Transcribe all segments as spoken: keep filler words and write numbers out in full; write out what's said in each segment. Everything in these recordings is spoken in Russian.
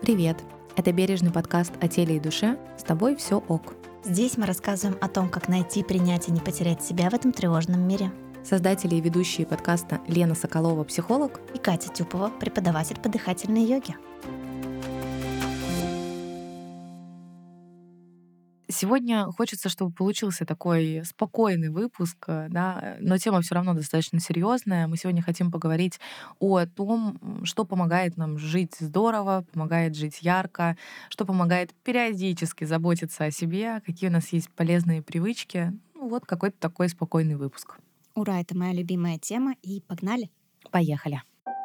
Привет! Это бережный подкаст о теле и душе. С тобой все ок. Здесь мы рассказываем о том, как найти, принять и не потерять себя в этом тревожном мире. Создатели и ведущие подкаста Лена Соколова, психолог, И Катя Тюпова, преподаватель по дыхательной йоге. Сегодня хочется, чтобы получился такой спокойный выпуск, да, но тема все равно достаточно серьезная. Мы сегодня хотим поговорить о том, что помогает нам жить здорово, помогает жить ярко, что помогает периодически заботиться о себе, какие у нас есть полезные привычки. Ну, вот какой-то такой спокойный выпуск. Ура, это моя любимая тема, и погнали! Поехали!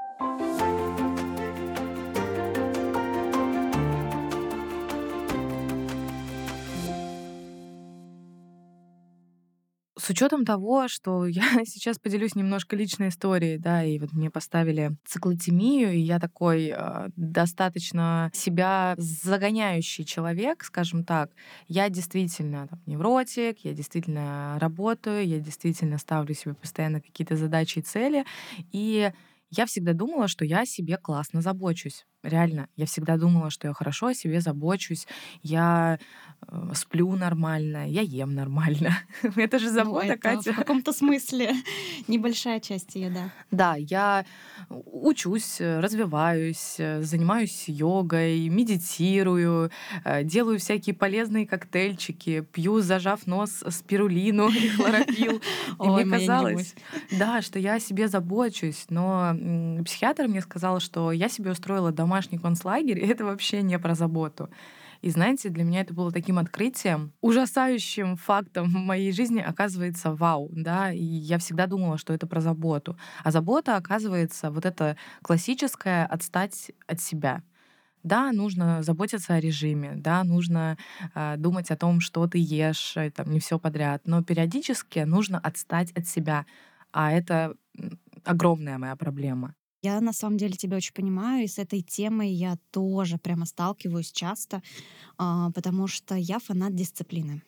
С учетом того, что я сейчас поделюсь немножко личной историей, да, и вот мне поставили циклотемию, и я такой э, достаточно себя загоняющий человек, скажем так. Я действительно там, невротик, я действительно работаю, я действительно ставлю себе постоянно какие-то задачи и цели, и я всегда думала, что я о себе классно забочусь. Реально, я всегда думала, что я хорошо о себе забочусь, я э, сплю нормально, я ем нормально. Это же Ну, забота, это Катя. в каком-то смысле небольшая часть ее, да. Да, я учусь, э, развиваюсь, э, занимаюсь йогой, медитирую, э, делаю всякие полезные коктейльчики, пью, зажав нос, спирулину и хлорофилл. И Ой, мне моя казалось, нелюбовь. да, что я о себе забочусь, но м, психиатр мне сказал, что я себе устроила домашний концлагерь, и это вообще не про заботу. И знаете, для меня это было таким открытием, ужасающим фактом в моей жизни, оказывается, вау, да, и я всегда думала, что это про заботу. А забота, оказывается, вот это классическое отстать от себя. Да, нужно заботиться о режиме, да, нужно э, думать о том, что ты ешь, э, там, не все подряд, но периодически нужно отстать от себя. А это м, огромная моя проблема. Я на самом деле тебя очень понимаю, и с этой темой я тоже прямо сталкиваюсь часто, а, потому что я фанат дисциплины.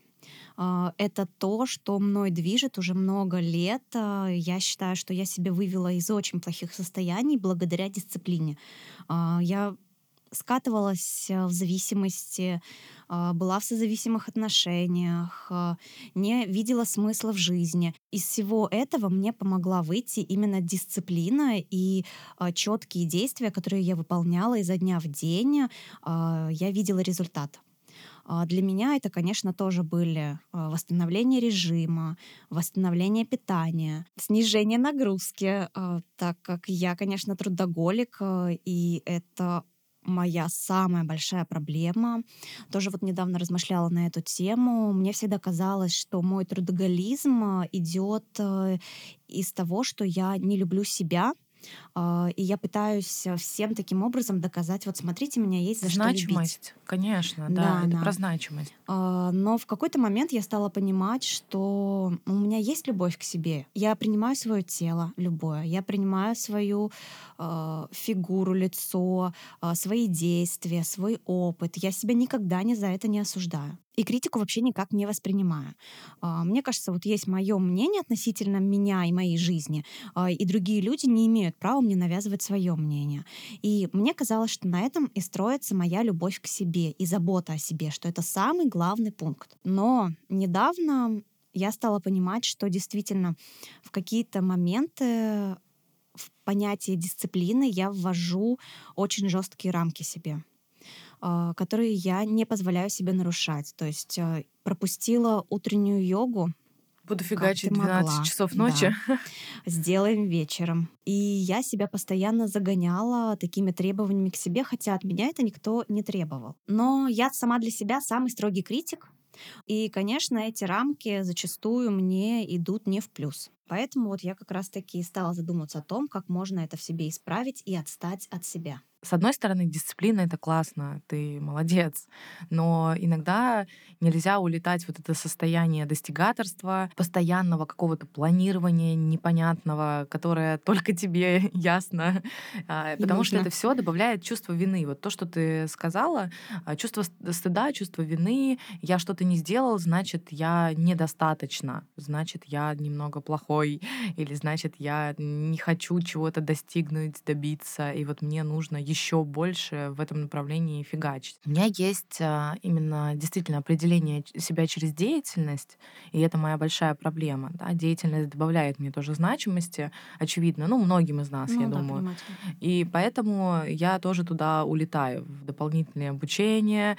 А, Это то, что мной движет уже много лет. А, Я считаю, что я себя вывела из очень плохих состояний благодаря дисциплине. А, Я скатывалась э, в зависимости, а, была в созависимых отношениях, а, не видела смысла в жизни. Из всего этого мне помогла выйти именно дисциплина и четкие действия, которые я выполняла изо дня в день. а, Я видела результат. А, Для меня это, конечно, тоже были а, восстановление режима, восстановление питания, снижение нагрузки, а, так как я, конечно, трудоголик, а, и это моя самая большая проблема. Тоже вот недавно размышляла на эту тему. Мне всегда казалось, что мой трудоголизм а, идет а, из того, что я не люблю себя, а, и я пытаюсь а, всем таким образом доказать, вот смотрите, меня есть за что любить. Значимость, конечно, да, Да, это про да. значимость. А, Но в какой-то момент я стала понимать, что у меня есть любовь к себе. Я принимаю свое тело любое, я принимаю свою а, фигуру, лицо, а, свои действия, свой опыт. Я себя никогда ни за это не осуждаю. И критику вообще никак не воспринимаю. А, Мне кажется, вот есть мое мнение относительно меня и моей жизни, а, и другие люди не имеют права мне навязывать свое мнение. И мне казалось, что на этом и строится моя любовь к себе и забота о себе, что это самый главный пункт. Но недавно я стала понимать, что действительно в какие-то моменты в понятие дисциплины я ввожу очень жесткие рамки себе, а, которые я не позволяю себе нарушать. То есть а, пропустила утреннюю йогу, Буду как ты фигачить двенадцать могла, часов ночи. да, сделаем вечером. И я себя постоянно загоняла такими требованиями к себе, хотя от меня это никто не требовал. Но я сама для себя самый строгий критик, и, конечно, эти рамки зачастую мне идут не в плюс. Поэтому вот я как раз-таки стала задумываться о том, как можно это в себе исправить и отстать от себя. С одной стороны, дисциплина — это классно, ты молодец, но иногда нельзя улетать в вот это состояние достигаторства, постоянного какого-то планирования непонятного, которое только тебе ясно, а, И потому что нужно. это все добавляет чувство вины. Вот то, что ты сказала, а, чувство ст- стыда, чувство вины, я что-то не сделал, значит, я недостаточно, значит, я немного плохой, или значит, я не хочу чего-то достигнуть, добиться, и вот мне нужно еще больше в этом направлении фигачить. У меня есть а, именно действительно определение ч- себя через деятельность, и это моя большая проблема. Да? Деятельность добавляет мне тоже значимости, очевидно, ну, многим из нас, я Ну да, думаю. понимаю тебя. И поэтому я тоже туда улетаю в дополнительное обучение,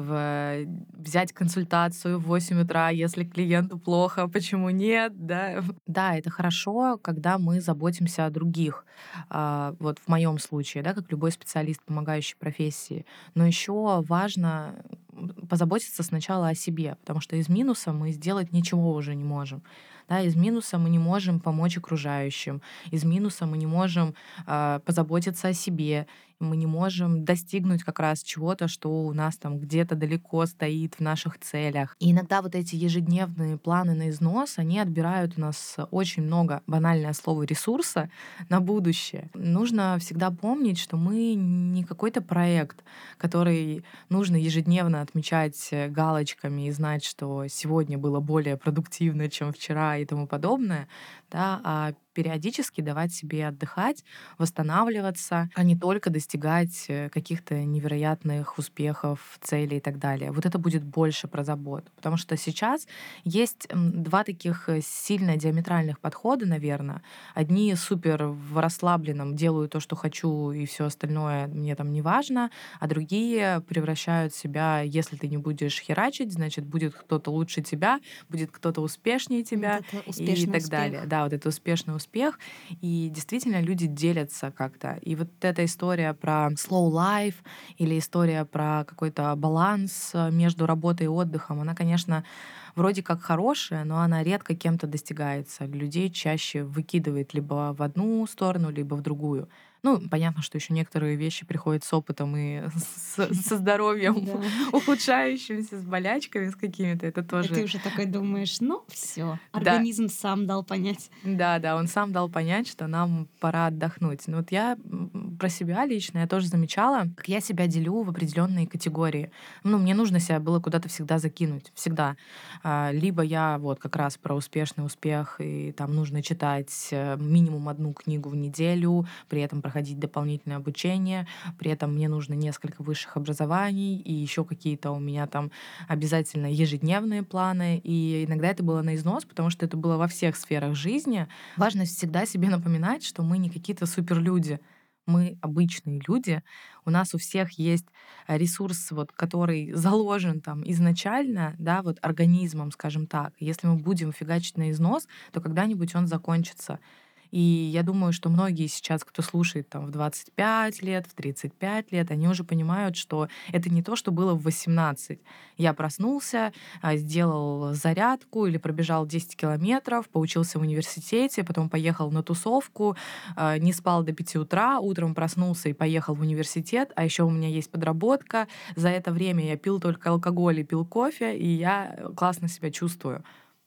в взять консультацию в восемь утра, если клиенту плохо, почему нет, да. Да, это хорошо, когда мы заботимся о других. А, Вот в моем случае, да, как любой специалист, помогающий профессии. Но еще важно м, позаботиться сначала о себе, потому что из минуса мы сделать ничего уже не можем. Да, из минуса мы не можем помочь окружающим, из минуса мы не можем а, позаботиться о себе, мы не можем достигнуть как раз чего-то, что у нас там где-то далеко стоит в наших целях. И иногда вот эти ежедневные планы на износ, они отбирают у нас очень много, банальное слово, ресурса на будущее. Нужно всегда помнить, что мы не какой-то проект, который нужно ежедневно отмечать э, галочками и знать, что сегодня было более продуктивно, чем вчера и тому подобное, да, а периодически давать себе отдыхать, восстанавливаться, а не только достигать э, каких-то невероятных успехов, целей и так далее. Вот это будет больше про заботу. Потому что сейчас есть м, два таких э, сильно диаметральных подхода, наверное. Одни супер в расслабленном, делаю то, что хочу, и все остальное мне там не важно, а другие превращают себя, если ты не будешь херачить, значит, будет кто-то лучше тебя, будет кто-то успешнее Вот тебя это и успешный так далее. успех. Да, вот это успешный успех. И действительно люди делятся как-то. И вот эта история про slow life или история про какой-то баланс э, между работой и отдыхом, она, конечно, вроде как хорошая, но она редко кем-то достигается. Людей чаще выкидывает либо в одну сторону, либо в другую. Ну, понятно, что еще некоторые вещи приходят с опытом и с- со здоровьем Да. ухудшающимся, с болячками, с какими-то. Это И ты тоже уже такой думаешь, ну все, да, организм сам дал понять. да, да, он сам дал понять, что нам пора отдохнуть. Но вот я м, про себя лично, я тоже замечала, как я себя делю в определенные категории. Ну, мне нужно себя было куда-то всегда закинуть, всегда. А, Либо я вот как раз про успешный успех, и там нужно читать э, минимум одну книгу в неделю, при этом проходить дополнительное обучение, при этом мне нужно несколько высших образований, и еще какие-то у меня там обязательно ежедневные планы. И иногда это было на износ, потому что это было во всех сферах жизни. Важно всегда себе напоминать, что мы не какие-то суперлюди. Мы обычные люди. У нас у всех есть э, ресурс, вот, который заложен там изначально, да, вот организмом, скажем так. Если мы будем фигачить на износ, то когда-нибудь он закончится. И я думаю, что многие сейчас, кто слушает там в двадцать пять лет, в тридцать пять лет, они уже понимают, что это не то, что было в восемнадцать. Я проснулся, а, сделал зарядку или пробежал десять километров, поучился в университете, потом поехал на тусовку, а, не спал до пяти утра, утром проснулся и поехал в университет, а еще у меня есть подработка. За это время я пил только алкоголь и пил кофе, и я э, классно себя чувствую.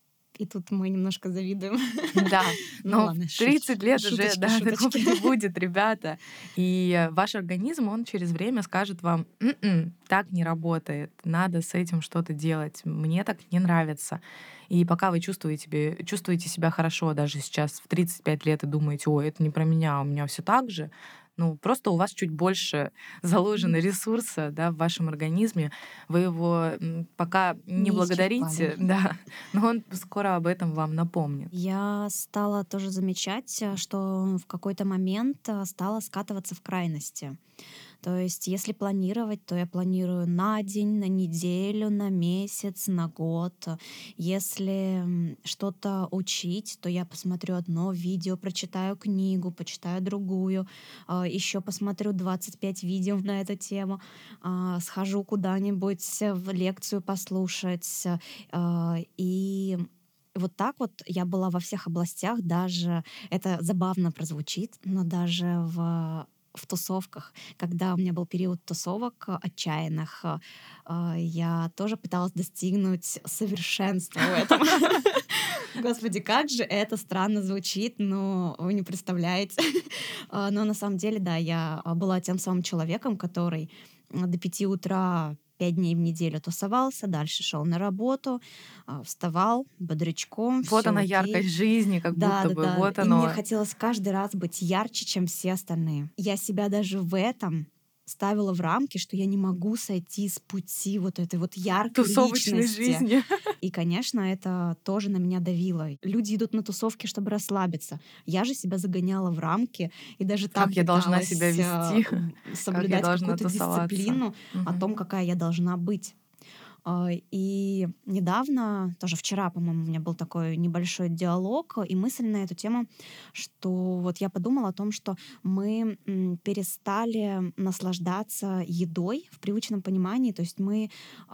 И тут мы немножко завидуем. Да, Ну но ладно, в шут- тридцать лет уже, шуточки, да, такого шуточки. не будет, ребята. И э, ваш организм, он через время скажет вам: «М-м, так не работает, надо с этим что-то делать, мне так не нравится». И пока вы чувствуете, себе- чувствуете себя хорошо, даже сейчас в тридцать пять лет и думаете: ой, это не про меня, у меня все так же, ну, просто у вас чуть больше заложено ресурса, да, в вашем организме. Вы его м, пока не Не исчерпали. благодарите, да, но он скоро об этом вам напомнит. Я стала тоже замечать, э, что в какой-то момент э, стала скатываться в крайности. То есть, если планировать, то я планирую на день, на неделю, на месяц, на год. Если м, что-то учить, то я посмотрю одно видео, прочитаю книгу, почитаю другую, еще посмотрю двадцать пять видео на эту тему, а, схожу куда-нибудь в лекцию послушать. а, И вот так вот я была во всех областях, даже это забавно прозвучит, но даже в в тусовках, когда у меня был период тусовок э, отчаянных, э, э, я тоже пыталась достигнуть совершенства в этом. Господи, как же это странно звучит, но вы не представляете. А, Но на самом деле, да, я а, была тем самым человеком, который м, до пяти утра пять дней в неделю тусовался, дальше шел на работу, а, вставал бодрячком, Вот все она окей. яркость жизни, как Да, будто да, бы. да. Вот И мне оно. хотелось каждый раз быть ярче, чем все остальные. Я себя даже в этом ставила в рамки, что я не могу сойти с пути вот этой вот яркой Тусовочной личности. жизни. И, конечно, это тоже на меня давило. Люди идут на тусовки, чтобы расслабиться. Я же себя загоняла в рамки и даже там Как я должна себя пыталась а, вести, м, как я соблюдать должна какую-то тусоваться. дисциплину о Мгм. том, какая я должна быть. А, И недавно, тоже вчера, по-моему, у меня был такой небольшой диалог и мысль на эту тему, что вот я подумала о том, что мы м, перестали наслаждаться едой в привычном понимании, то есть мы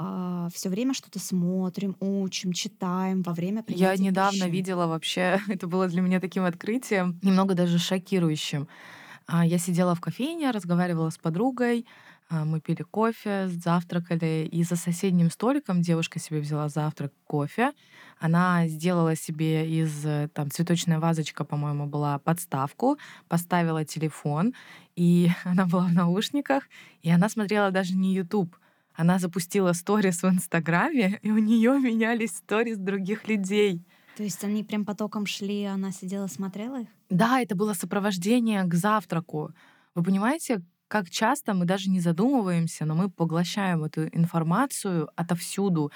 все время что-то смотрим, учим, читаем во время Я принятия недавно пищи. видела вообще, это было для меня таким открытием, немного даже шокирующим. А, Я сидела в кофейне, разговаривала с подругой, а, мы пили кофе, завтракали, и за соседним столиком девушка себе взяла завтрак, кофе. Она сделала себе из, э, там, цветочная вазочка, по-моему, была, подставку, поставила телефон, и она была в наушниках, и она смотрела даже не YouTube. Она запустила сторис в Инстаграме, и у нее менялись сторис других людей. То есть они прям потоком шли, а она сидела, смотрела их? Да, это было сопровождение к завтраку. Вы понимаете, как часто мы даже не задумываемся, но мы поглощаем эту информацию отовсюду.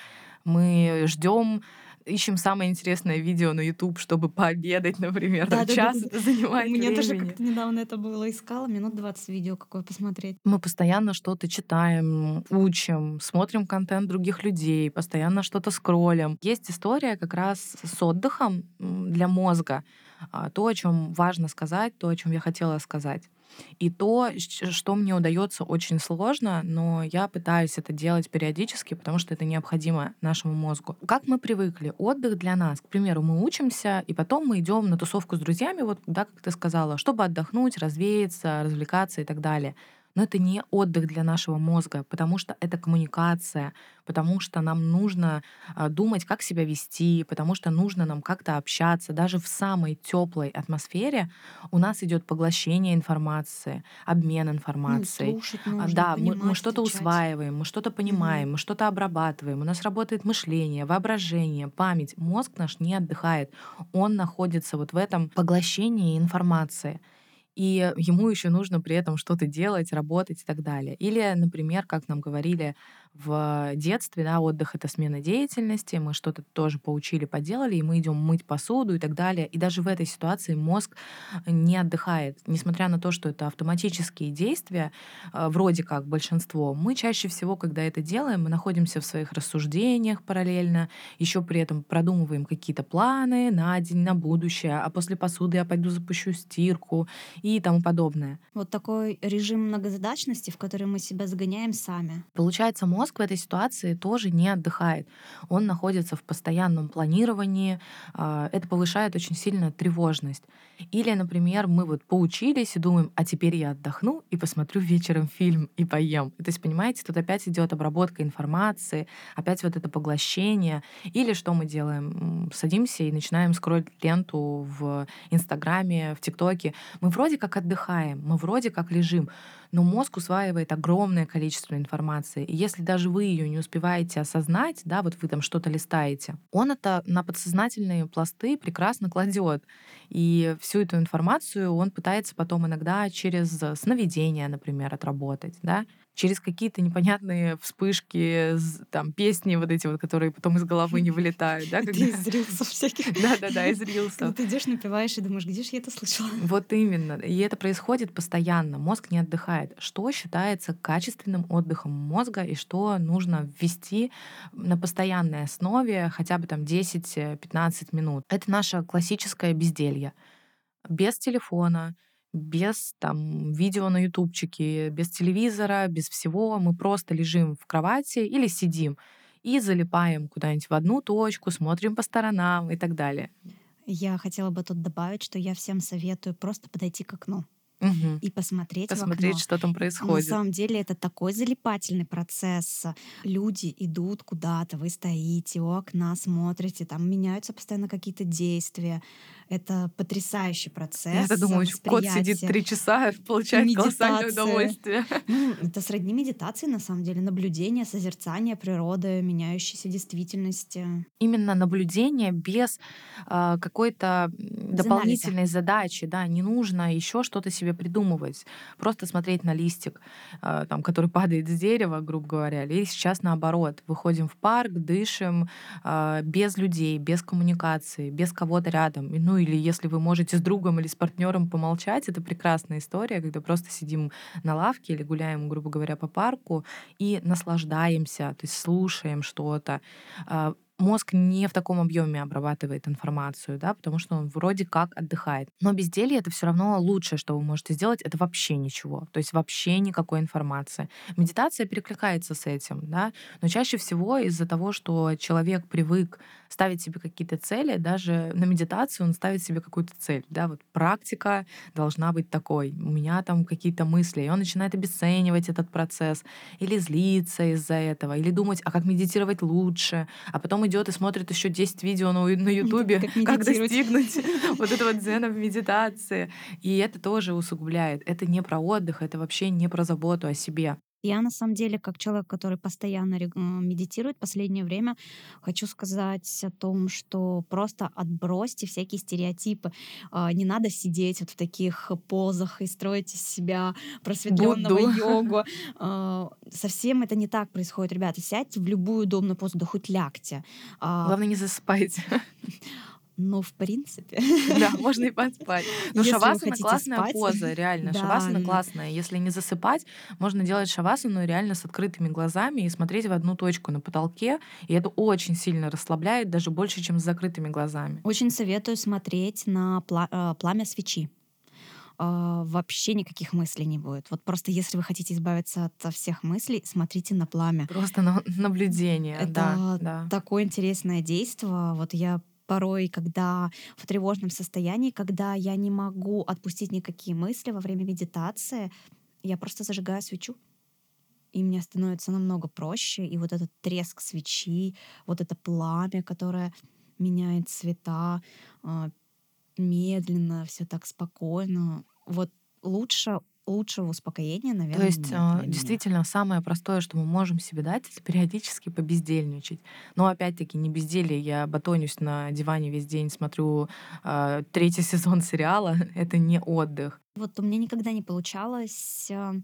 Мы ждем, ищем самое интересное видео на YouTube, чтобы пообедать, например. Там час Да-да-да-да-да. это У занимает меня тоже времени. как-то недавно это было. Искала минут двадцать видео какое посмотреть. Мы постоянно что-то читаем, учим, смотрим контент других людей, постоянно что-то скроллим. Есть история как раз с отдыхом м, для мозга. А, То, о чем важно сказать, то, о чем я хотела сказать. И то, щ- что мне удается очень сложно, но я пытаюсь это делать периодически, потому что это необходимо нашему мозгу. Как мы привыкли, отдых для нас, к примеру, мы учимся, и потом мы идем на тусовку с друзьями, вот, да, как ты сказала, чтобы отдохнуть, развеяться, развлекаться и так далее. Но это не отдых для нашего мозга, потому что это коммуникация, потому что нам нужно а, думать, как себя вести, потому что нужно нам как-то общаться. Даже в самой теплой атмосфере у нас идет поглощение информации, обмен Ну и информацией. слушать А, нужно, Да, мы, мы понимать, что-то отвечать. усваиваем, мы что-то Мгм. понимаем, мы что-то обрабатываем, у нас работает мышление, воображение, память. Мозг наш не отдыхает, он находится вот в этом поглощении информации. И ему еще нужно при этом что-то делать, работать и так далее. Или, например, как нам говорили в детстве, да, отдых — это смена деятельности, мы что-то тоже поучили, поделали, и мы идем мыть посуду и так далее. И даже в этой ситуации мозг не отдыхает. Несмотря на то, что это автоматические действия, а, вроде как большинство, мы чаще всего, когда это делаем, мы находимся в своих рассуждениях параллельно, еще при этом продумываем какие-то планы на день, на будущее, а после посуды я пойду запущу стирку, и тому подобное. Вот такой режим многозадачности, в который мы себя загоняем сами. Получается, мозг в этой ситуации тоже не отдыхает. Он находится в постоянном планировании. а, Это повышает очень сильно тревожность. Или, например, мы вот поучились и думаем, а теперь я отдохну и посмотрю вечером фильм и поем. И то есть, понимаете, тут опять идет обработка информации, опять вот это поглощение. Или что мы делаем? М, Садимся и начинаем скроллить ленту в Инстаграме, в ТикТоке. Мы вроде как отдыхаем, мы вроде как лежим, но мозг усваивает огромное количество информации. И если даже вы ее не успеваете осознать, да, вот вы там что-то листаете, он это на подсознательные пласты прекрасно кладет. И всю эту информацию он пытается потом иногда через сновидения, например, отработать, да, через какие-то непонятные вспышки, з- там, песни вот эти вот, которые потом из головы не вылетают, да, Это когда... из рилсов всяких. Да-да-да, из Когда рилсов. ты идешь, напиваешь и думаешь, где же я это слышала? Вот именно. И это происходит постоянно. Мозг не отдыхает. Что считается качественным отдыхом мозга и что нужно ввести на постоянной основе хотя бы там десять-пятнадцать минут? Это наше классическое безделье. Без телефона, без там видео на ютубчике, без телевизора, без всего. Мы просто лежим в кровати или сидим и залипаем куда-нибудь в одну точку, смотрим по сторонам и так далее. Я хотела бы тут добавить, что я всем советую просто подойти к окну Мгм. и посмотреть в Посмотреть, окно. что там На происходит. самом деле это такой залипательный процесс. Люди идут куда-то, вы стоите у окна, смотрите, там меняются постоянно какие-то действия. Это потрясающий Я-то процесс думаю, ч кот сидит восприятия три часа, и получает колоссальное медитация. удовольствие. Ну, это сродни медитации, на самом деле, наблюдение, созерцание природы, меняющейся действительности, Именно наблюдение без, а, какой-то, м, без анализа. дополнительной задачи, да. Не нужно еще что-то себе придумывать, просто смотреть на листик, э, там, который падает с дерева, грубо говоря. Или сейчас наоборот, выходим в парк, дышим, э, без людей, без коммуникации, без кого-то рядом. Ну или если вы можете с другом или с партнером помолчать, это прекрасная история, когда просто сидим на лавке или гуляем, грубо говоря, по парку и наслаждаемся, то есть слушаем что-то. А, Мозг не в таком объеме обрабатывает информацию, да, потому что он вроде как отдыхает. Но безделье — это все равно лучшее, что вы можете сделать, это вообще ничего, то есть вообще никакой информации. Медитация перекликается с этим, да, но чаще всего из-за того, что человек привык ставить себе какие-то цели, даже на медитацию он ставит себе какую-то цель, да, вот практика должна быть такой, у меня там какие-то мысли, и он начинает обесценивать этот процесс, или злиться из-за этого, или думать, а как медитировать лучше, а потом идет и смотрит еще десять видео на на Ютубе, Как как медитировать. достигнуть вот этого дзена в медитации. И это тоже усугубляет. Это не про отдых, это вообще не про заботу о себе. Я на самом деле, как человек, который постоянно рег- м, медитирует в последнее время, хочу сказать о том, что просто отбросьте всякие стереотипы. А, Не надо сидеть вот в таких позах и строить из себя просветленного Будду. йогу. А, Совсем это не так происходит, ребята. Сядьте в любую удобную позу, да хоть лягте. А, Главное, не засыпайте. Ну, в принципе, Да, можно и поспать. Но если вы шавасана хотите классная спать, поза, реально. да, Шавасана н- классная. Если не засыпать, можно делать шавасану реально с открытыми глазами и смотреть в одну точку на потолке. И это очень сильно расслабляет, даже больше, чем с закрытыми глазами. очень советую смотреть на пла- э, пламя свечи. А, Вообще никаких мыслей не будет. Вот просто если вы хотите избавиться от всех мыслей, смотрите на пламя. Просто на- наблюдение, да, Это да. такое интересное действие. Вот я порой, когда в тревожном состоянии, когда я не могу отпустить никакие мысли во время медитации, я просто зажигаю свечу, и мне становится намного проще. И вот этот треск свечи, вот это пламя, которое меняет цвета, а, медленно, все так спокойно. Вот лучше лучшего успокоения, То наверное, есть, нет а, для меня. действительно, самое простое, что мы можем себе дать, это периодически побездельничать. Но опять-таки не безделье, я батонюсь на диване весь день, смотрю а, третий сезон сериала. Это не отдых. Вот у меня никогда не получалось а,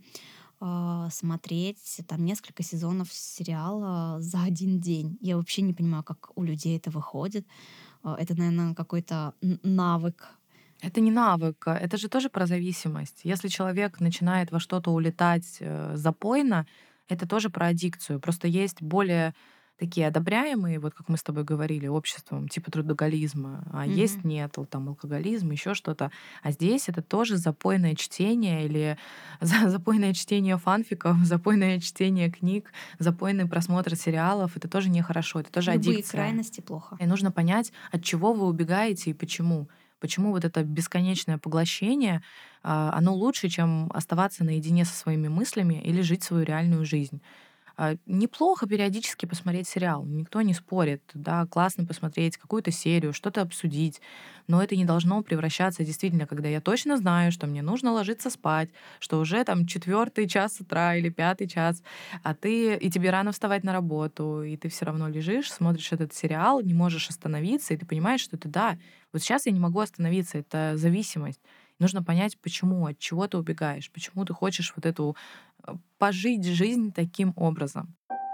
а, смотреть там несколько сезонов сериала за один день. Я вообще не понимаю, как у людей это выходит. А, Это, наверное, какой-то н- навык. Это не навык, а это же тоже про зависимость. Если человек начинает во что-то улетать э, запойно, это тоже про аддикцию. Просто есть более такие одобряемые, вот как мы с тобой говорили, обществом, типа трудоголизма, а есть Мгм. нет, вот там алкоголизм, еще что-то. А здесь это тоже запойное чтение или за- запойное чтение фанфиков, запойное чтение книг, запойный просмотр сериалов. Это тоже нехорошо, это тоже Любые аддикция. крайности плохо. И нужно понять, от чего вы убегаете и почему. Почему вот это бесконечное поглощение, а, оно лучше, чем оставаться наедине со своими мыслями или жить свою реальную жизнь. А, Неплохо периодически посмотреть сериал, никто не спорит, да, классно посмотреть какую-то серию, что-то обсудить, но это не должно превращаться действительно, когда я точно знаю, что мне нужно ложиться спать, что уже там четвертый час утра или пятый час, а ты и тебе рано вставать на работу, и ты все равно лежишь, смотришь этот сериал, не можешь остановиться, и ты понимаешь, что это да, вот сейчас я не могу остановиться, это зависимость. Нужно понять, почему, от чего ты убегаешь, почему ты хочешь вот эту э, пожить жизнь таким образом.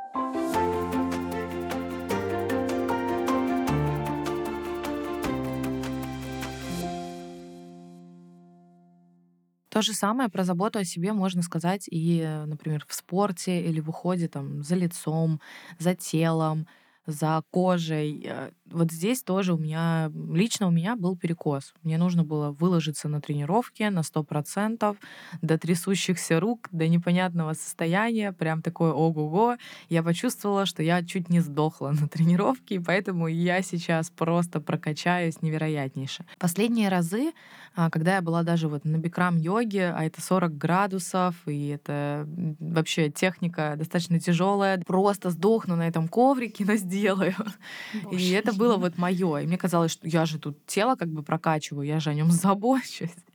То же самое про заботу о себе можно сказать и, э, например, в спорте или в уходе там, за лицом, за телом, за кожей. Э, Вот здесь тоже у меня, лично у меня был перекос. Мне нужно было выложиться на тренировке на сто процентов до трясущихся рук, до непонятного состояния, прям такое ого-го. Я почувствовала, что я чуть не сдохла на тренировке, и поэтому я сейчас просто прокачаюсь невероятнейше. Последние разы, а, когда я была даже вот на бикрам-йоге, а это сорок градусов, и это м, вообще техника достаточно тяжелая, просто сдохну на этом коврике, но сделаю. И Боже. это было вот мое. И мне казалось, что я же тут тело как бы прокачиваю, я же о нем забочусь.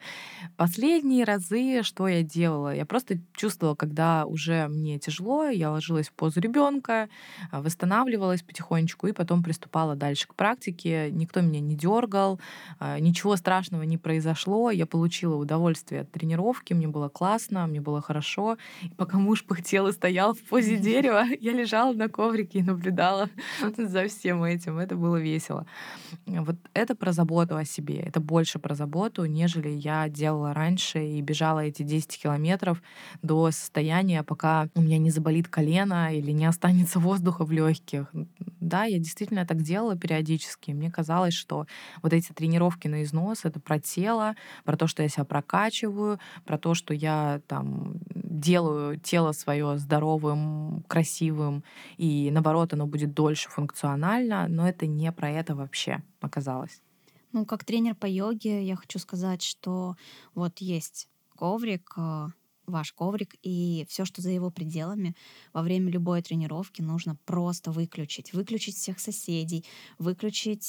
Последние разы что я делала? Я просто чувствовала, когда уже мне тяжело, я ложилась в позу ребенка, а, восстанавливалась потихонечку и потом приступала дальше к практике. Никто меня не дергал, а, ничего страшного не произошло. Я получила удовольствие от тренировки, мне было классно, мне было хорошо. И пока муж пыхтел и стоял в позе дерева, я лежала на коврике и наблюдала за всем этим. Это было весело. Вот это про заботу о себе. Это больше про заботу, нежели я делала раньше и бежала эти десять километров до состояния, пока у меня не заболит колено или не останется воздуха в легких. Да, я действительно так делала периодически. Мне казалось, что вот эти тренировки на износ — это про тело, про то, что я себя прокачиваю, про то, что я там делаю тело свое здоровым, красивым, и наоборот, оно будет дольше функционально, но это не про это вообще оказалось. Ну, как тренер по йоге, я хочу сказать, что вот есть коврик, а, ваш коврик, и все, что за его пределами, во время любой тренировки нужно просто выключить. Выключить всех соседей, выключить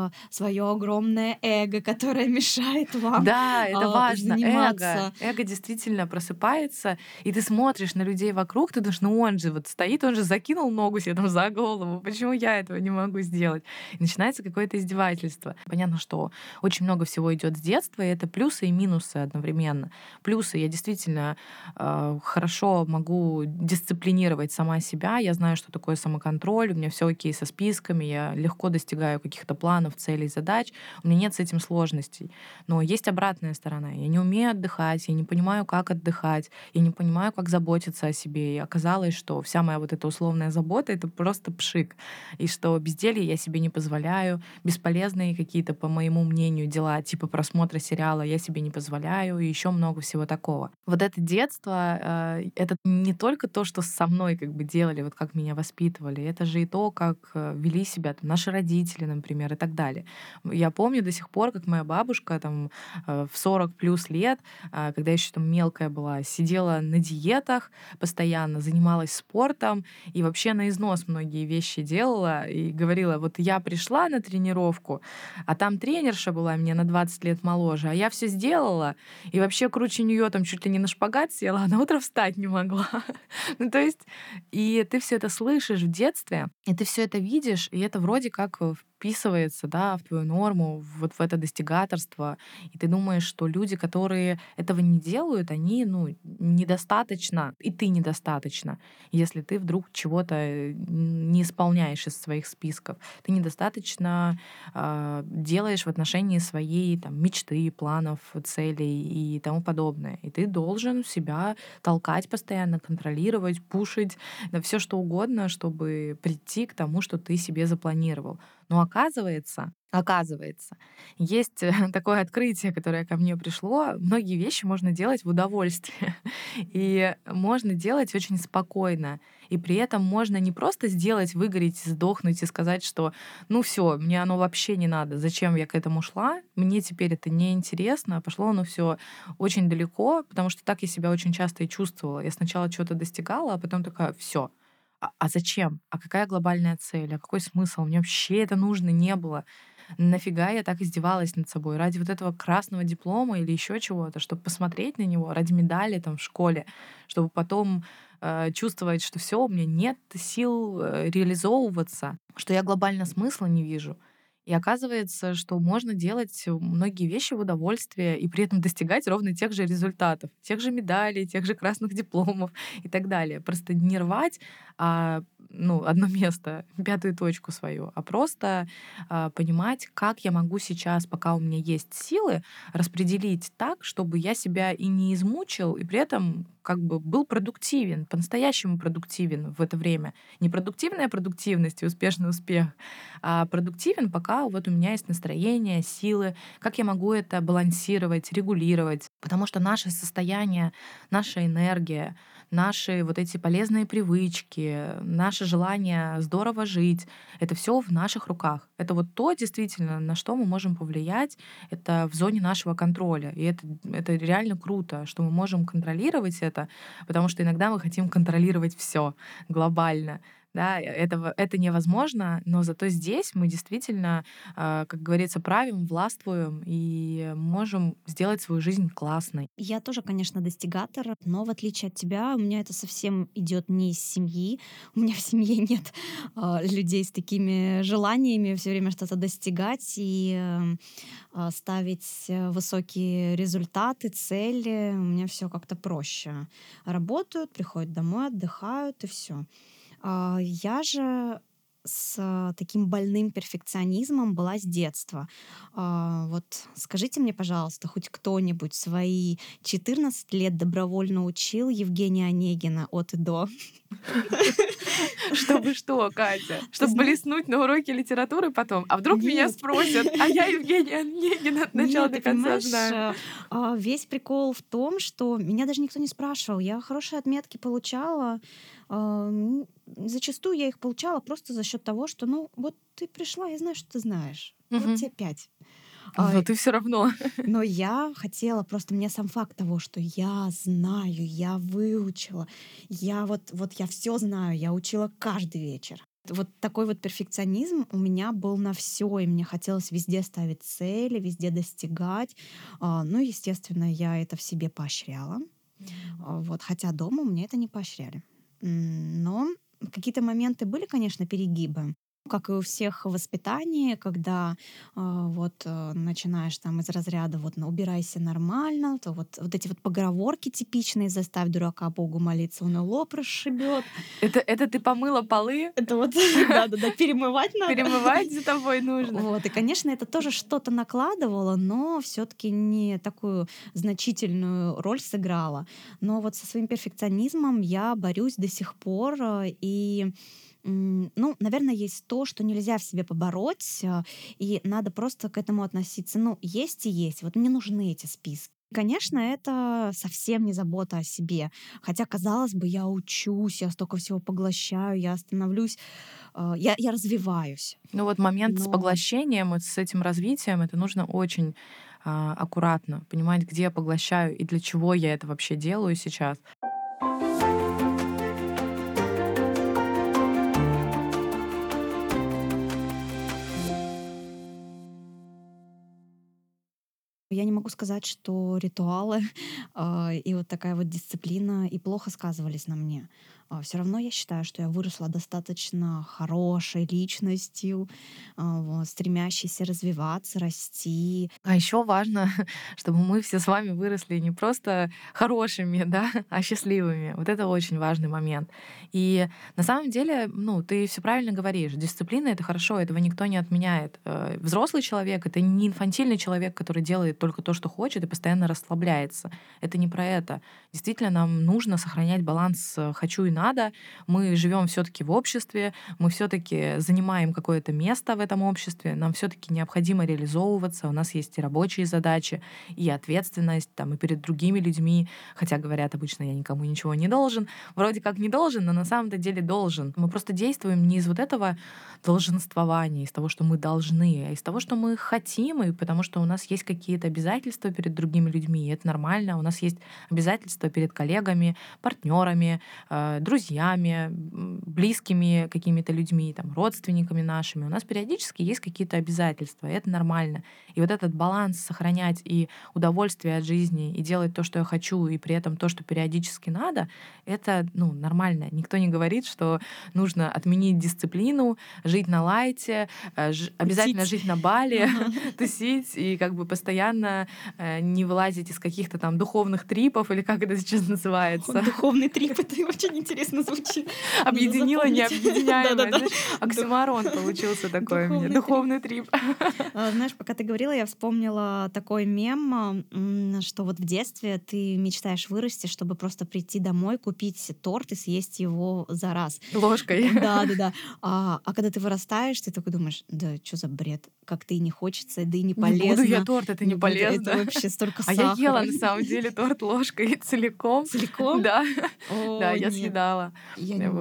свое огромное эго, которое мешает вам Да, это а, важно. Эго. заниматься. Эго действительно просыпается, и ты смотришь на людей вокруг, ты думаешь, ну он же вот стоит, он же закинул ногу себе там за голову, почему я этого не могу сделать? И начинается какое-то издевательство. Понятно, что очень много всего идет с детства, и это плюсы и минусы одновременно. Плюсы — я действительно э, хорошо могу дисциплинировать сама себя, я знаю, что такое самоконтроль, у меня все окей со списками, я легко достигаю каких-то планов, целей, задач, у меня нет с этим сложностей. Но есть обратная сторона. Я не умею отдыхать, я не понимаю, как отдыхать, я не понимаю, как заботиться о себе. И оказалось, что вся моя вот эта условная забота — это просто пшик. И что безделье я себе не позволяю, бесполезные какие-то, по моему мнению, дела, типа просмотра сериала, я себе не позволяю, и еще много всего такого. Вот это детство, э, это не только то, что со мной как бы делали, вот как меня воспитывали, это же и то, как э, вели себя там, наши родители, например, и так далее. Я помню до сих пор, как моя бабушка там э, в сорок плюс лет, а, когда еще там мелкая была, сидела на диетах постоянно, занималась спортом и вообще на износ многие вещи делала и говорила, вот я пришла на тренировку, а там тренерша была мне на двадцать лет моложе, а я все сделала и вообще круче нее там чуть ли не на шпагат села, а на утро встать не могла. Ну, то есть, и ты все это слышишь в детстве, и ты все это видишь, и это вроде как э, вписывается, да, в твою норму, вот в это достигаторство. И ты думаешь, что люди, которые этого не делают, они, ну, недостаточно, и ты недостаточно, если ты вдруг чего-то э, не исполняешь из своих списков. Ты недостаточно а, делаешь в отношении своей там, мечты, планов, целей и тому подобное. И ты должен себя толкать постоянно, контролировать, пушить, да все что угодно, чтобы прийти к тому, что ты себе запланировал. Но оказывается, оказывается, есть э, такое открытие, которое ко мне пришло. Многие вещи можно делать в удовольствие. И можно делать очень спокойно. И при этом можно не просто сделать, выгореть, сдохнуть и сказать, что ну все, мне оно вообще не надо, зачем я к этому шла, мне теперь это не интересно, пошло оно все очень далеко, потому что так я себя очень часто и чувствовала. Я сначала чего-то достигала, а потом такая, все, а, а зачем? А какая глобальная цель? А какой смысл? Мне вообще это нужно не было. Нафига я так издевалась над собой? Ради вот этого красного диплома или еще чего-то, чтобы посмотреть на него, ради медали там в школе, чтобы потом э, чувствовать, что все, у меня нет сил э, реализовываться, что я глобально смысла не вижу. И оказывается, что можно делать многие вещи в удовольствие и при этом достигать ровно тех же результатов, тех же медалей, тех же красных дипломов и так далее. Просто не рвать а, ну, одно место, пятую точку свою, а просто а, понимать, как я могу сейчас, пока у меня есть силы, распределить так, чтобы я себя и не измучил, и при этом как бы был продуктивен, по-настоящему продуктивен в это время. Не продуктивная продуктивность и успешный успех, а продуктивен, пока вот у меня есть настроение, силы, как я могу это балансировать, регулировать. Потому что наше состояние, наша энергия, наши вот эти полезные привычки, наше желание здорово жить, это все в наших руках. Это вот то, действительно, на что мы можем повлиять, это в зоне нашего контроля. И это, это реально круто, что мы можем контролировать это, потому что иногда мы хотим контролировать все глобально. Да, э, этого это невозможно, но зато здесь мы действительно, а, как говорится, правим, властвуем и можем сделать свою жизнь классной. Я тоже, конечно, достигатор, но в отличие от тебя, у меня это совсем идет не из семьи. У меня в семье нет а, людей с такими желаниями все время что-то достигать и э, а, ставить э, высокие результаты, цели. У меня все как-то проще. Работают, приходят домой, отдыхают и все. Я же с а, таким больным перфекционизмом была с детства. А, Вот скажите мне, пожалуйста, хоть кто-нибудь в свои четырнадцать лет добровольно учил Евгения Онегина от и до? Чтобы что, Катя? Ты Чтобы знаешь? блеснуть на уроке литературы потом? А вдруг меня Нет. спросят, а я Евгения Онегина от начала Нет, до ты конца понимаешь, знаю. э, а, весь прикол в том, что меня даже никто не спрашивал. Я хорошие отметки получала. а, м, Зачастую я их получала просто за счет того, что, ну, вот ты пришла, я знаю, что ты знаешь. Вот Мгм. тебе пять. А, Но ты все равно. Но я хотела просто, мне сам факт того, что я знаю, я выучила, я вот, вот я все знаю, я учила каждый вечер. Вот такой вот перфекционизм у меня был на все, и мне хотелось везде ставить цели, везде достигать. А, Ну, естественно, я это в себе поощряла. Мгм. А, Вот, хотя дома у меня это не поощряли. М, Но какие-то моменты были, конечно, перегибы. Как и у всех в воспитании, когда а, вот э, начинаешь там из разряда вот ну, убирайся нормально, то вот, вот эти вот поговорки типичные «заставь дурака Богу молиться, он и лоб расшибет». Это, это ты помыла полы, Это вот, да-да-да, перемывать надо. перемывать за тобой нужно. Вот, и, конечно, это тоже что-то накладывало, но все таки не такую значительную роль сыграло. Но вот со своим перфекционизмом я борюсь до сих пор, э, и м, ну, наверное, есть то, что нельзя в себе побороть, э, и надо просто к этому относиться. Ну, есть и есть. Вот мне нужны эти списки. Конечно, это совсем не забота о себе. Хотя, казалось бы, я учусь, я столько всего поглощаю, я становлюсь, э, я, я развиваюсь. Ну вот момент с Но поглощением, вот с этим развитием, это нужно очень а, аккуратно понимать, где я поглощаю и для чего я это вообще делаю сейчас. я не могу сказать, что ритуалы а, и вот такая вот дисциплина и плохо сказывались на мне. Все равно я считаю, что я выросла достаточно хорошей личностью, а, вот, стремящейся развиваться, расти. А еще важно, чтобы мы все с вами выросли не просто хорошими, да, а счастливыми. Вот это очень важный момент. И на самом деле, ну, ты все правильно говоришь. Дисциплина — это хорошо, этого никто не отменяет. Э, Взрослый человек — это не инфантильный человек, который делает только то, что хочет, и постоянно расслабляется. Это не про это. Действительно, нам нужно сохранять баланс э, «хочу» и «надо». Мы живем все таки в обществе, мы все таки занимаем какое-то место в этом обществе, нам все таки необходимо реализовываться, у нас есть и рабочие задачи, и ответственность там, и перед другими людьми, хотя говорят обычно, я никому ничего не должен. Вроде как не должен, но на самом-то деле должен. Мы просто действуем не из вот этого долженствования, из того, что мы должны, а из того, что мы хотим, и потому что у нас есть какие-то обязательства перед другими людьми, и это нормально. У нас есть обязательства перед коллегами, партнерами, э, друзьями, м, близкими какими-то людьми, там, родственниками нашими. У нас периодически есть какие-то обязательства, и это нормально. И вот этот баланс сохранять и удовольствие от жизни, и делать то, что я хочу, и при этом то, что периодически надо, это, ну, нормально. Никто не говорит, что нужно отменить дисциплину, жить на лайте, э, ж- обязательно Тусить. жить на Бали, Ага. тусить и как бы постоянно э, не вылазить из каких-то там духовных трипов или как это сейчас называется. Духовный трип, это очень интересно звучит. Надо Объединила запомнить. необъединяемое. Да-да-да. Знаешь, оксюмарон получился такой у меня. Духовный Духовный трип. трип. А, Знаешь, пока ты говорила, я вспомнила такой мем, а, м, что вот в детстве ты мечтаешь вырасти, чтобы просто прийти домой, купить торт и съесть его за раз. Ложкой. Да, да, да. А, а когда ты вырастаешь, ты такой думаешь, да что за бред, как-то и не хочется, да и не Не буду я полезно. торт, это Не не буду, это полезно. вообще столько А я ела сахара. на самом деле торт ложкой целиком. Целиком? Да, да, О, я нет. съедала. Я не Вот. могу. Видимо, Это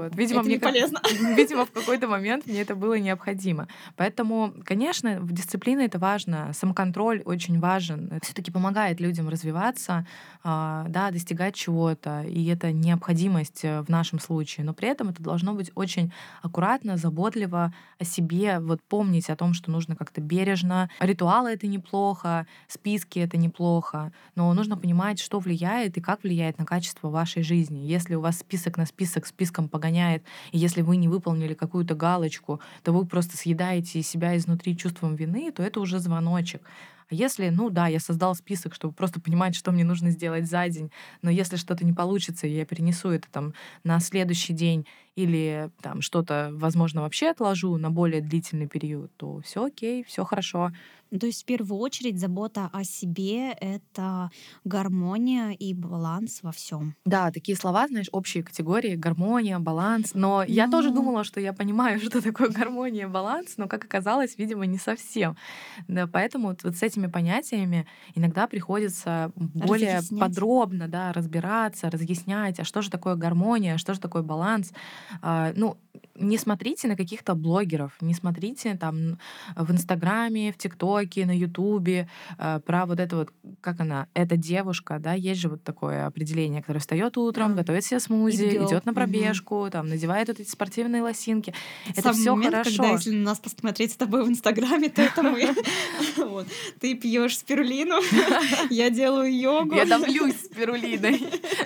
мне не как- полезно. видимо, в какой-то момент мне это было необходимо. Поэтому, конечно, в дисциплине это важно, самоконтроль очень важен. Это все-таки помогает людям развиваться, а, да, достигать чего-то, и это необходимость э, в нашем случае. Но при этом это должно быть очень аккуратно, заботливо о себе, вот помнить о том, что нужно как-то бережно. Ритуалы — это неплохо, списки — это неплохо, но нужно понимать, что влияет и как влияет на качество вашей жизни. Если у вас список на список списком погоняет, и если вы не выполнили какую-то галочку, то вы просто съедаете себя изнутри чувством вины, то это уже звоночек. А если, ну да, я создал список, чтобы просто понимать, что мне нужно сделать за день, но если что-то не получится, и я перенесу это там на следующий день или там что-то, возможно, вообще отложу на более длительный период, то все окей, все хорошо. Ну, то есть в первую очередь забота о себе — это гармония и баланс во всем. Да, такие слова, знаешь, общие категории: гармония, баланс. Но я тоже Ну, думала, что я понимаю, что такое гармония, баланс, но, как оказалось, видимо, не совсем. Да, поэтому вот, вот с этими понятиями иногда приходится более разъяснять. подробно, да, разбираться, разъяснять, а что же такое гармония, что же такое баланс. А, ну, не смотрите на каких-то блогеров, не смотрите там в Инстаграме, в ТикТоке, на Ютубе э, про вот это вот, как она, эта девушка, да, есть же вот такое определение, которое встает утром, А, готовит себе it смузи, girl. идет на Мгм. пробежку, там, надевает вот эти спортивные лосинки. Это Самый все момент, когда хорошо. если на нас посмотреть с тобой в Инстаграме, то это мы. Вот. Ты пьешь спирулину, я делаю йогу. Я давлюсь спирулиной.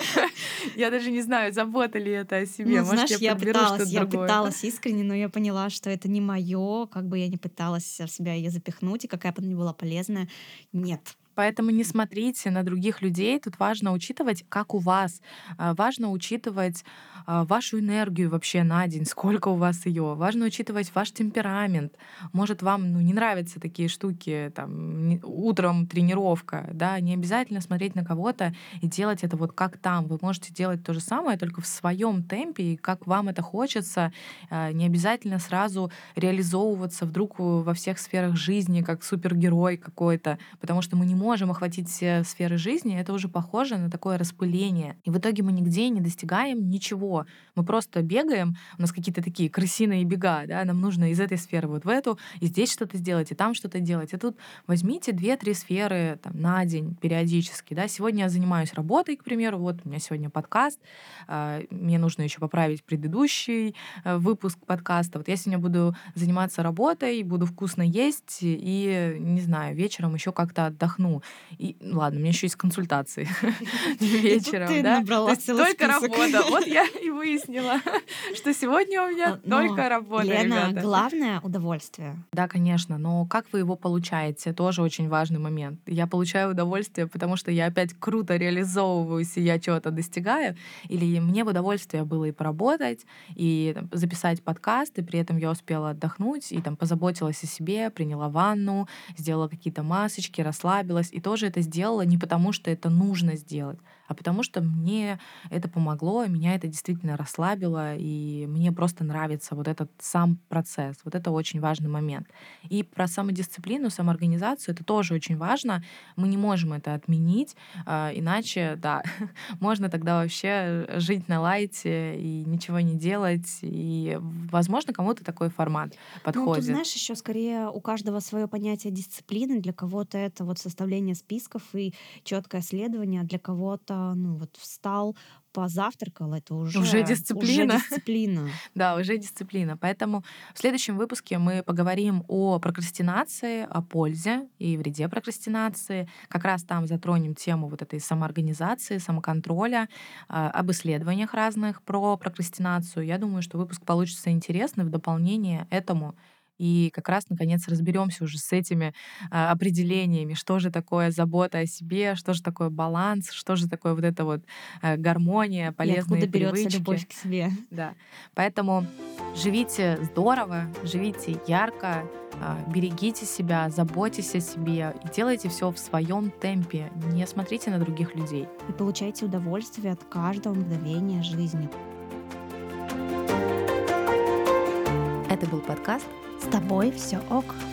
Я даже не знаю, забота ли это о себе. Ну, Может, знаешь, я я подберу пыталась, что-то я другое. пыталась искренне, но я поняла, что это не мое, как бы я не пыталась в себя ее запихнуть, и какая бы она ни была полезная. Нет. Поэтому не смотрите на других людей. Тут важно учитывать, как у вас. А, Важно учитывать а, вашу энергию вообще на день, сколько у вас ее. Важно учитывать ваш темперамент. Может, вам ну, не нравятся такие штуки, там, не- утром тренировка, да, не обязательно смотреть на кого-то и делать это вот как там. Вы можете делать то же самое, только в своем темпе, и как вам это хочется. А, Не обязательно сразу реализовываться вдруг во всех сферах жизни, как супергерой какой-то, потому что мы не можем охватить все сферы жизни, это уже похоже на такое распыление. И в итоге мы нигде не достигаем ничего. Мы просто бегаем, у нас какие-то такие крысиные бега, да, нам нужно из этой сферы вот в эту, и здесь что-то сделать, и там что-то делать. И тут возьмите две-три сферы там, на день периодически. Да. Сегодня я занимаюсь работой, к примеру, вот у меня сегодня подкаст, а, мне нужно еще поправить предыдущий э, выпуск подкаста. Вот я сегодня буду заниматься работой, буду вкусно есть и, не знаю, вечером еще как-то отдохну. И ну ладно, у меня еще есть консультации И тут вечером, ты да. То набрала есть целый только список. работа. Вот я и выяснила, что сегодня у меня А, Но, только работа, Лена, ребята. главное — удовольствие. Да, конечно, но как вы его получаете, тоже очень важный момент. Я получаю удовольствие, потому что я опять круто реализовываюсь, и я чего-то достигаю, или мне в удовольствие было и поработать, и там, записать подкаст, и при этом я успела отдохнуть, и там позаботилась о себе, приняла ванну, сделала какие-то масочки, расслабилась, и тоже это сделала не потому, что это нужно сделать, а потому что мне это помогло, меня это действительно расслабило, и мне просто нравится вот этот сам процесс. Вот это очень важный момент. И про самодисциплину, самоорганизацию это тоже очень важно. Мы не можем это отменить, а, иначе, да, можно тогда вообще жить на лайте и ничего не делать. И, возможно, кому-то такой формат Ну, тут, подходит. знаешь, еще скорее у каждого свое понятие дисциплины. Для кого-то это вот составление списков и четкое следование, а для кого-то, ну, вот встал, позавтракал, это Уже уже, уже дисциплина. дисциплина. Да, уже дисциплина. Поэтому в следующем выпуске мы поговорим о прокрастинации, о пользе и вреде прокрастинации. Как раз там затронем тему вот этой самоорганизации, самоконтроля, а, об исследованиях разных про прокрастинацию. Я думаю, что выпуск получится интересный в дополнение этому. И как раз, наконец, разберемся уже с этими а, определениями, что же такое забота о себе, что же такое баланс, что же такое вот эта вот э, гармония, И полезные откуда берется любовь привычки. к себе. Да. Поэтому живите здорово, живите ярко, а, берегите себя, заботьтесь о себе и делайте все в своем темпе. Не смотрите на других людей. И получайте удовольствие от каждого мгновения жизни. Это был подкаст С тобой все ок.